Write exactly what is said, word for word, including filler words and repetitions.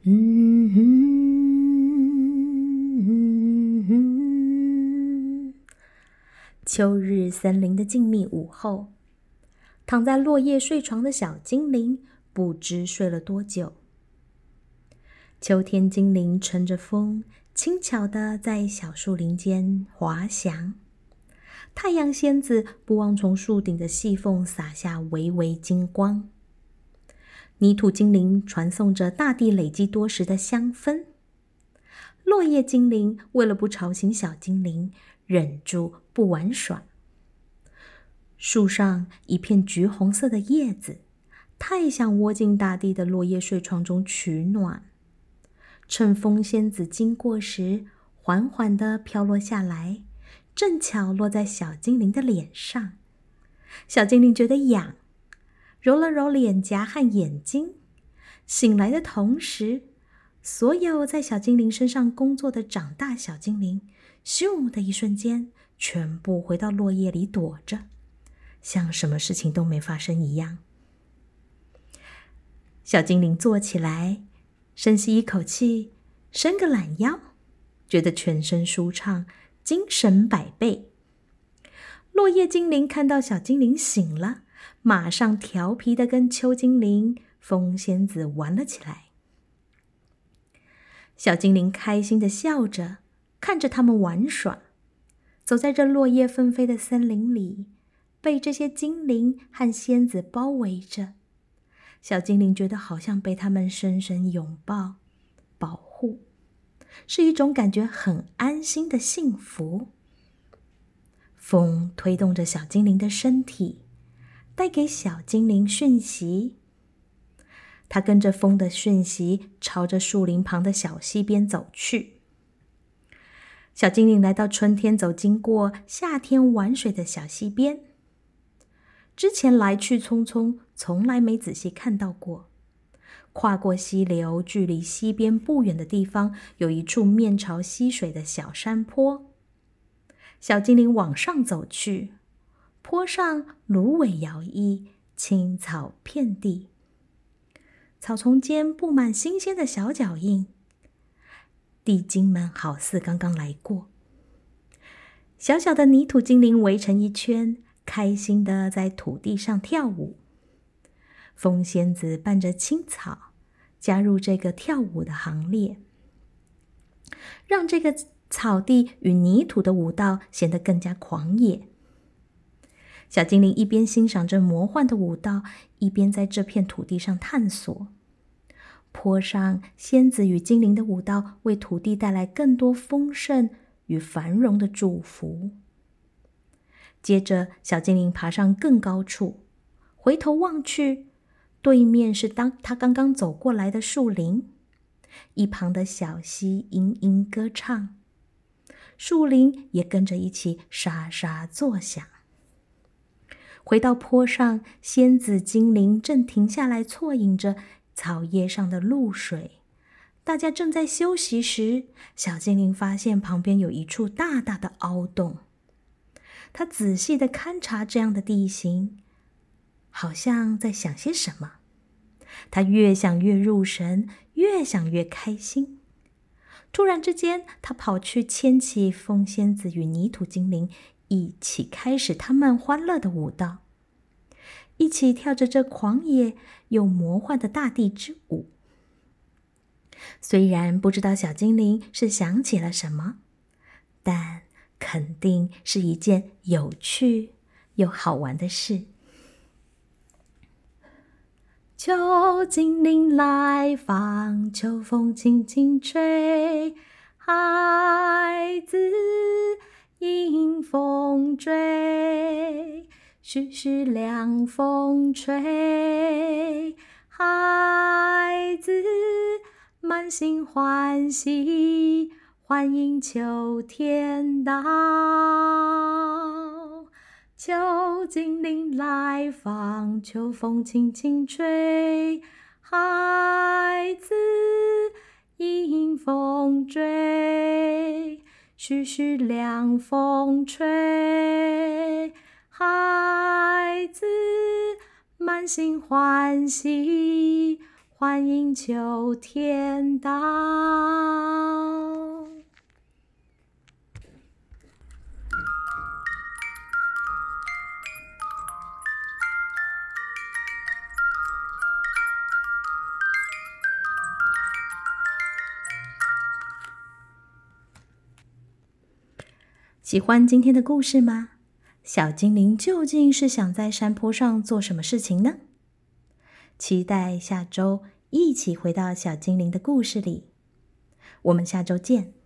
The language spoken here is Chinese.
嗯哼哼。秋日森林的静谧午后，躺在落叶睡床的小精灵不知睡了多久。秋天精灵乘着风，轻巧地在小树林间滑翔。太阳仙子不忘从树顶的细缝洒下微微金光。泥土精灵传送着大地累积多时的香氛。落叶精灵为了不吵醒小精灵，忍住不玩耍。树上一片橘红色的叶子，太想窝进大地的落叶睡床中取暖。趁风仙子经过时，缓缓地飘落下来，正巧落在小精灵的脸上。小精灵觉得痒，揉了揉脸颊和眼睛。醒来的同时，所有在小精灵身上工作的长大小精灵，咻的一瞬间，全部回到落叶里躲着，像什么事情都没发生一样。小精灵坐起来，深吸一口气，伸个懒腰，觉得全身舒畅，精神百倍。落叶精灵看到小精灵醒了，马上调皮地跟秋精灵、风仙子玩了起来。小精灵开心地笑着，看着他们玩耍。走在这落叶纷飞的森林里，被这些精灵和仙子包围着。小精灵觉得好像被他们深深拥抱、保护，是一种感觉很安心的幸福。风推动着小精灵的身体，带给小精灵讯息。它跟着风的讯息，朝着树林旁的小溪边走去。小精灵来到春天走经过夏天玩水的小溪边。之前来去匆匆，从来没仔细看到过。跨过溪流，距离溪边不远的地方，有一处面朝溪水的小山坡。小精灵往上走去，坡上芦苇摇曳，青草遍地。草丛间布满新鲜的小脚印，地精们好似刚刚来过。小小的泥土精灵围成一圈，开心地在土地上跳舞。风仙子伴着青草，加入这个跳舞的行列，让这个草地与泥土的舞蹈显得更加狂野。小精灵一边欣赏着魔幻的舞蹈，一边在这片土地上探索。坡上仙子与精灵的舞蹈为土地带来更多丰盛与繁荣的祝福。接着，小精灵爬上更高处，回头望去，对面是当他刚刚走过来的树林，一旁的小溪嘤嘤歌唱，树林也跟着一起沙沙作响。回到坡上，仙子精灵正停下来啜饮着草叶上的露水。大家正在休息时，小精灵发现旁边有一处大大的凹洞。他仔细地勘察这样的地形，好像在想些什么。他越想越入神，越想越开心。突然之间，他跑去牵起风仙子与泥土精灵，一起开始他们欢乐的舞蹈，一起跳着这狂野又魔幻的大地之舞。虽然不知道小精灵是想起了什么，但肯定是一件有趣又好玩的事。秋精灵来访，秋风轻轻吹，孩子迎风追，徐徐凉风吹，孩子满心欢喜，欢迎秋天到。秋精灵来访，秋风轻轻吹，孩子迎风追，徐徐凉风吹，孩子满心欢喜， 欢迎秋天到。喜欢今天的故事吗？小精灵究竟是想在山坡上做什么事情呢？期待下周一起回到小精灵的故事里。我们下周见。